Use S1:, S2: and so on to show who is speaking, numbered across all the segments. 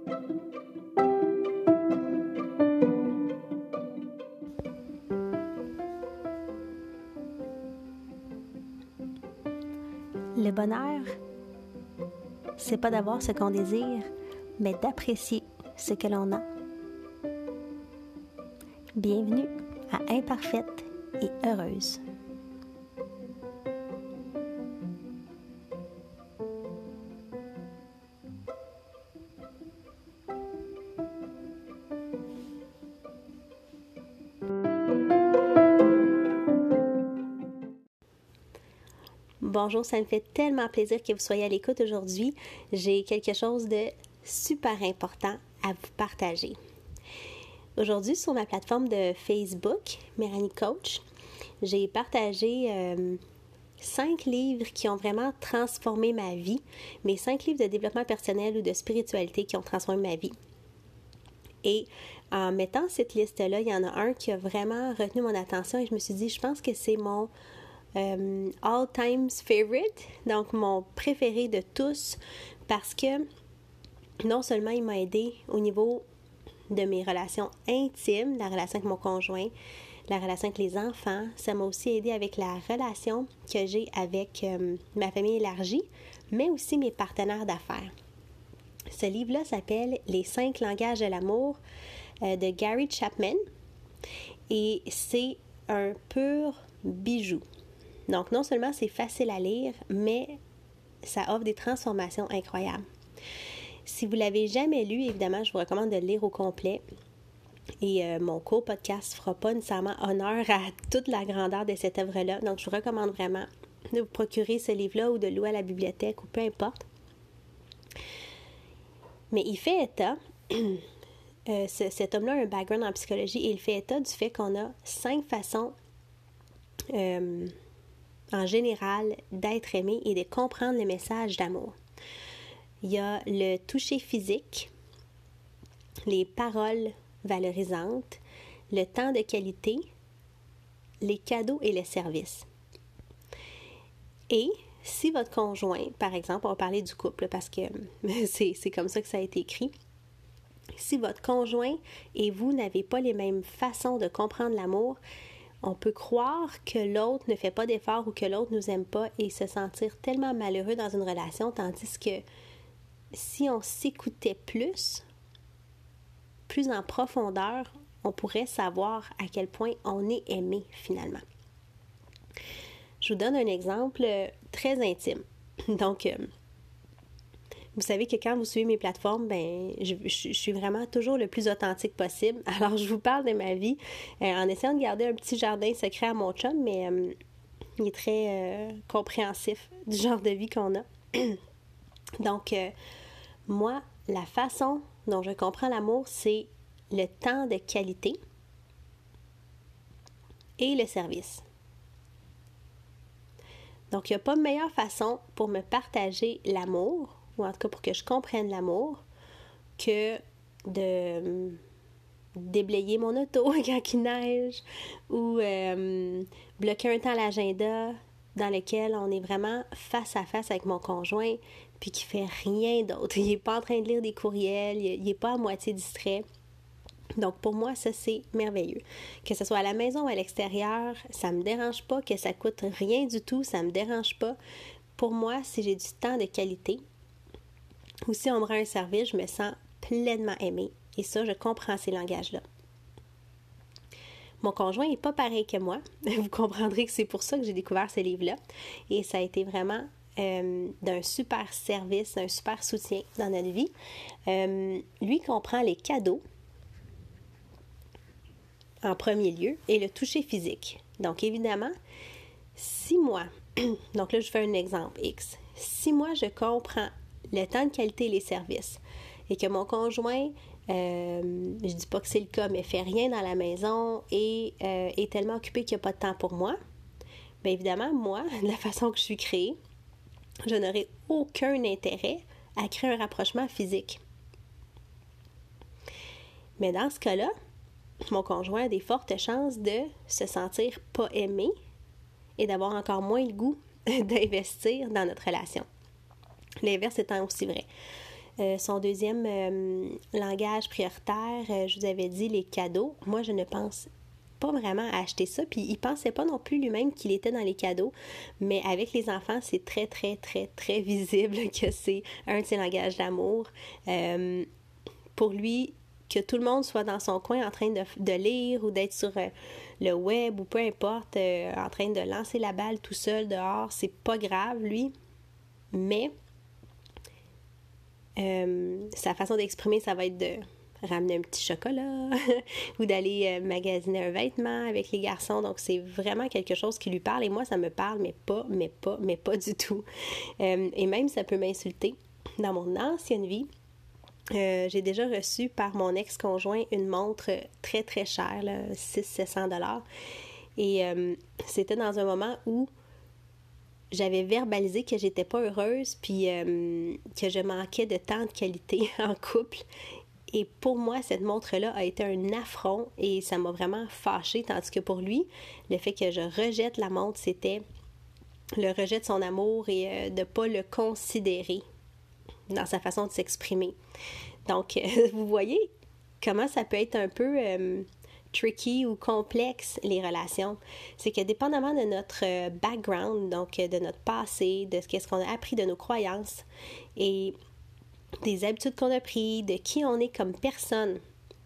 S1: Le bonheur, c'est pas d'avoir ce qu'on désire, mais d'apprécier ce que l'on a. Bienvenue à Imparfaite et Heureuse. Bonjour, ça me fait tellement plaisir que vous soyez à l'écoute aujourd'hui. J'ai quelque chose de super important à vous partager. Aujourd'hui, sur ma plateforme de Facebook, Méranie Coach, j'ai partagé 5 livres qui ont vraiment transformé ma vie, mes 5 livres de développement personnel ou de spiritualité qui ont transformé ma vie. Et en mettant cette liste-là, il y en a un qui a vraiment retenu mon attention et je me suis dit, je pense que c'est mon all-time favorite, donc mon préféré de tous, parce que non seulement il m'a aidé au niveau de mes relations intimes, la relation avec mon conjoint, la relation avec les enfants, ça m'a aussi aidé avec la relation que j'ai avec ma famille élargie, mais aussi mes partenaires d'affaires. Ce livre-là s'appelle « Les 5 langages de l'amour » de Gary Chapman et c'est un pur bijou. Donc, non seulement c'est facile à lire, mais ça offre des transformations incroyables. Si vous ne l'avez jamais lu, évidemment, je vous recommande de le lire au complet. Et mon court podcast ne fera pas nécessairement honneur à toute la grandeur de cette œuvre-là. Donc, je vous recommande vraiment de vous procurer ce livre-là ou de le louer à la bibliothèque ou peu importe. Mais il fait état, cet homme-là a un background en psychologie et il fait état du fait qu'on a 5 façons en général, d'être aimé et de comprendre le message d'amour. Il y a le toucher physique, les paroles valorisantes, le temps de qualité, les cadeaux et les services. Et si votre conjoint, par exemple, on va parler du couple parce que c'est comme ça que ça a été écrit, si votre conjoint et vous n'avez pas les mêmes façons de comprendre l'amour, on peut croire que l'autre ne fait pas d'efforts ou que l'autre ne nous aime pas et se sentir tellement malheureux dans une relation, tandis que si on s'écoutait plus en profondeur, on pourrait savoir à quel point on est aimé finalement. Je vous donne un exemple très intime. Donc, vous savez que quand vous suivez mes plateformes, je suis vraiment toujours le plus authentique possible. Alors, je vous parle de ma vie en essayant de garder un petit jardin secret à mon chum, mais il est très compréhensif du genre de vie qu'on a. Donc, moi, la façon dont je comprends l'amour, c'est le temps de qualité et le service. Donc, il n'y a pas de meilleure façon pour me partager l'amour, ou en tout cas pour que je comprenne l'amour, que de déblayer mon auto quand il neige ou bloquer un temps à l'agenda dans lequel on est vraiment face à face avec mon conjoint puis qui fait rien d'autre. Il n'est pas en train de lire des courriels, il n'est pas à moitié distrait. Donc, pour moi, ça, c'est merveilleux. Que ce soit à la maison ou à l'extérieur, ça ne me dérange pas, que ça coûte rien du tout, ça ne me dérange pas. Pour moi, si j'ai du temps de qualité, ou si on me rend un service, je me sens pleinement aimée. Et ça, je comprends ces langages-là. Mon conjoint n'est pas pareil que moi. Vous comprendrez que c'est pour ça que j'ai découvert ce livre-là. Et ça a été vraiment d'un super service, d'un super soutien dans notre vie. Lui comprend les cadeaux en premier lieu et le toucher physique. Donc, évidemment, si moi, donc là, je fais un exemple X. Si moi, je comprends le temps de qualité et les services, et que mon conjoint, je dis pas que c'est le cas, mais fait rien dans la maison et est tellement occupé qu'il n'y a pas de temps pour moi, bien évidemment, moi, de la façon que je suis créée, je n'aurai aucun intérêt à créer un rapprochement physique. Mais dans ce cas-là, mon conjoint a des fortes chances de se sentir pas aimé et d'avoir encore moins le goût d'investir dans notre relation. L'inverse étant aussi vrai. Son deuxième langage prioritaire, je vous avais dit les cadeaux. Moi, je ne pense pas vraiment à acheter ça. Puis il pensait pas non plus lui-même qu'il était dans les cadeaux. Mais avec les enfants, c'est très, très, très, très visible que c'est un de ses langages d'amour. Pour lui, que tout le monde soit dans son coin en train de lire ou d'être sur le web ou peu importe, en train de lancer la balle tout seul dehors, c'est pas grave, lui. Mais sa façon d'exprimer, ça va être de ramener un petit chocolat ou d'aller magasiner un vêtement avec les garçons. Donc, c'est vraiment quelque chose qui lui parle. Et moi, ça me parle, mais pas du tout. Et même, ça peut m'insulter. Dans mon ancienne vie, j'ai déjà reçu par mon ex-conjoint une montre très, très chère, 600-700 $. Et c'était dans un moment où j'avais verbalisé que j'étais pas heureuse puis que je manquais de temps de qualité en couple. Et pour moi, cette montre-là a été un affront et ça m'a vraiment fâchée, tandis que pour lui, le fait que je rejette la montre, c'était le rejet de son amour et de ne pas le considérer dans sa façon de s'exprimer. Donc, vous voyez comment ça peut être un peu tricky ou complexe, les relations. C'est que dépendamment de notre background, donc de notre passé, de ce qu'on a appris de nos croyances et des habitudes qu'on a prises, de qui on est comme personne,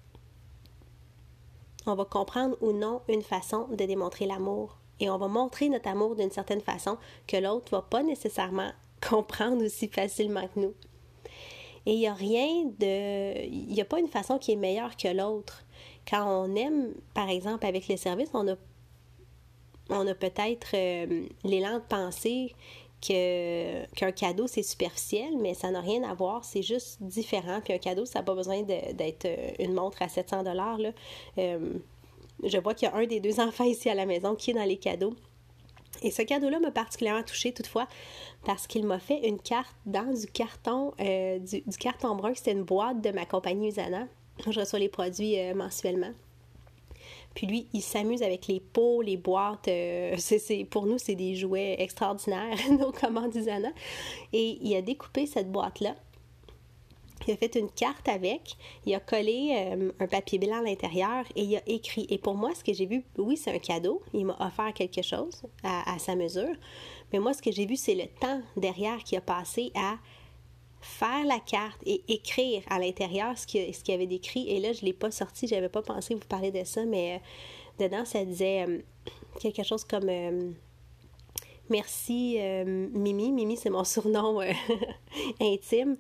S1: on va comprendre ou non une façon de démontrer l'amour. Et on va montrer notre amour d'une certaine façon que l'autre ne va pas nécessairement comprendre aussi facilement que nous. Et il n'y a pas une façon qui est meilleure que l'autre. Quand on aime, par exemple, avec les services, on a peut-être l'élan de penser qu'un cadeau, c'est superficiel, mais ça n'a rien à voir, c'est juste différent. Puis un cadeau, ça n'a pas besoin d'être une montre à 700 $. Là. Je vois qu'il y a un des 2 enfants ici à la maison qui est dans les cadeaux. Et ce cadeau-là m'a particulièrement touchée toutefois parce qu'il m'a fait une carte dans du carton brun. C'était une boîte de ma compagnie Usana. Je reçois les produits mensuellement. Puis lui, il s'amuse avec les pots, les boîtes. Pour nous, c'est des jouets extraordinaires, nos commandes Usana. Et il a découpé cette boîte-là. Il a fait une carte avec, il a collé un papier blanc à l'intérieur et il a écrit. Et pour moi, ce que j'ai vu, oui, c'est un cadeau. Il m'a offert quelque chose à sa mesure. Mais moi, ce que j'ai vu, c'est le temps derrière qu'il a passé à faire la carte et écrire à l'intérieur ce qu'il avait décrit. Et là, je ne l'ai pas sorti, je n'avais pas pensé vous parler de ça, mais dedans, ça disait quelque chose comme... Merci Mimi. Mimi, c'est mon surnom intime.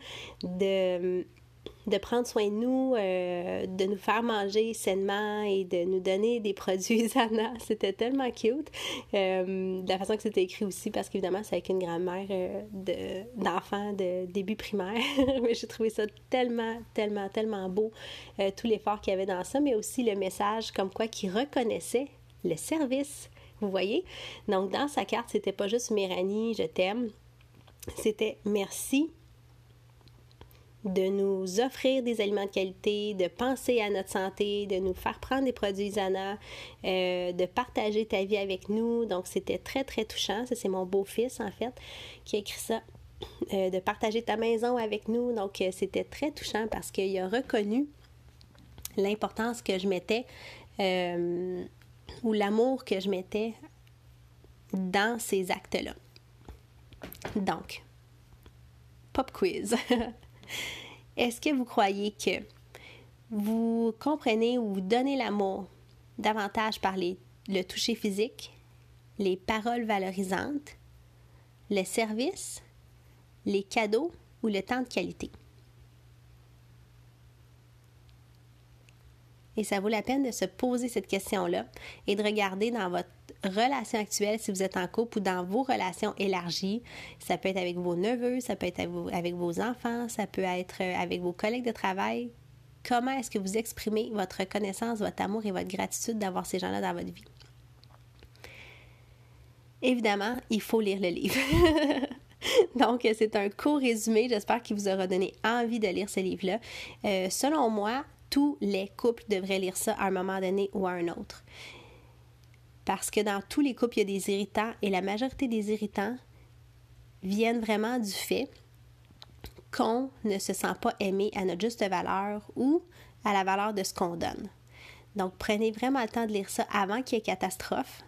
S1: De prendre soin de nous, de nous faire manger sainement et de nous donner des produits Usana. C'était tellement cute. De la façon que c'était écrit aussi, parce qu'évidemment, c'est avec une grand-mère d'enfants de début primaire. Mais j'ai trouvé ça tellement, tellement, tellement beau, tout l'effort qu'il y avait dans ça, mais aussi le message comme quoi qu'il reconnaissait le service. Vous voyez? Donc, dans sa carte, c'était pas juste Méranie, je t'aime. C'était merci de nous offrir des aliments de qualité, de penser à notre santé, de nous faire prendre des produits Usana, de partager ta vie avec nous. Donc, c'était très, très touchant. Ça, c'est mon beau-fils, en fait, qui a écrit ça. De partager ta maison avec nous. Donc, c'était très touchant parce qu'il a reconnu l'importance que je mettais ou l'amour que je mettais dans ces actes-là. Donc, pop quiz. Est-ce que vous croyez que vous comprenez ou vous donnez l'amour davantage par le toucher physique, les paroles valorisantes, le service, les cadeaux ou le temps de qualité? Et ça vaut la peine de se poser cette question-là et de regarder dans votre relation actuelle, si vous êtes en couple, ou dans vos relations élargies. Ça peut être avec vos neveux, ça peut être avec vos enfants, ça peut être avec vos collègues de travail. Comment est-ce que vous exprimez votre reconnaissance, votre amour et votre gratitude d'avoir ces gens-là dans votre vie? Évidemment, il faut lire le livre. Donc, c'est un court résumé. J'espère qu'il vous aura donné envie de lire ce livre-là. Selon moi, tous les couples devraient lire ça à un moment donné ou à un autre. Parce que dans tous les couples, il y a des irritants et la majorité des irritants viennent vraiment du fait qu'on ne se sent pas aimé à notre juste valeur ou à la valeur de ce qu'on donne. Donc, prenez vraiment le temps de lire ça avant qu'il y ait catastrophe,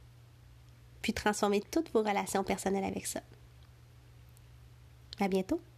S1: puis transformez toutes vos relations personnelles avec ça. À bientôt!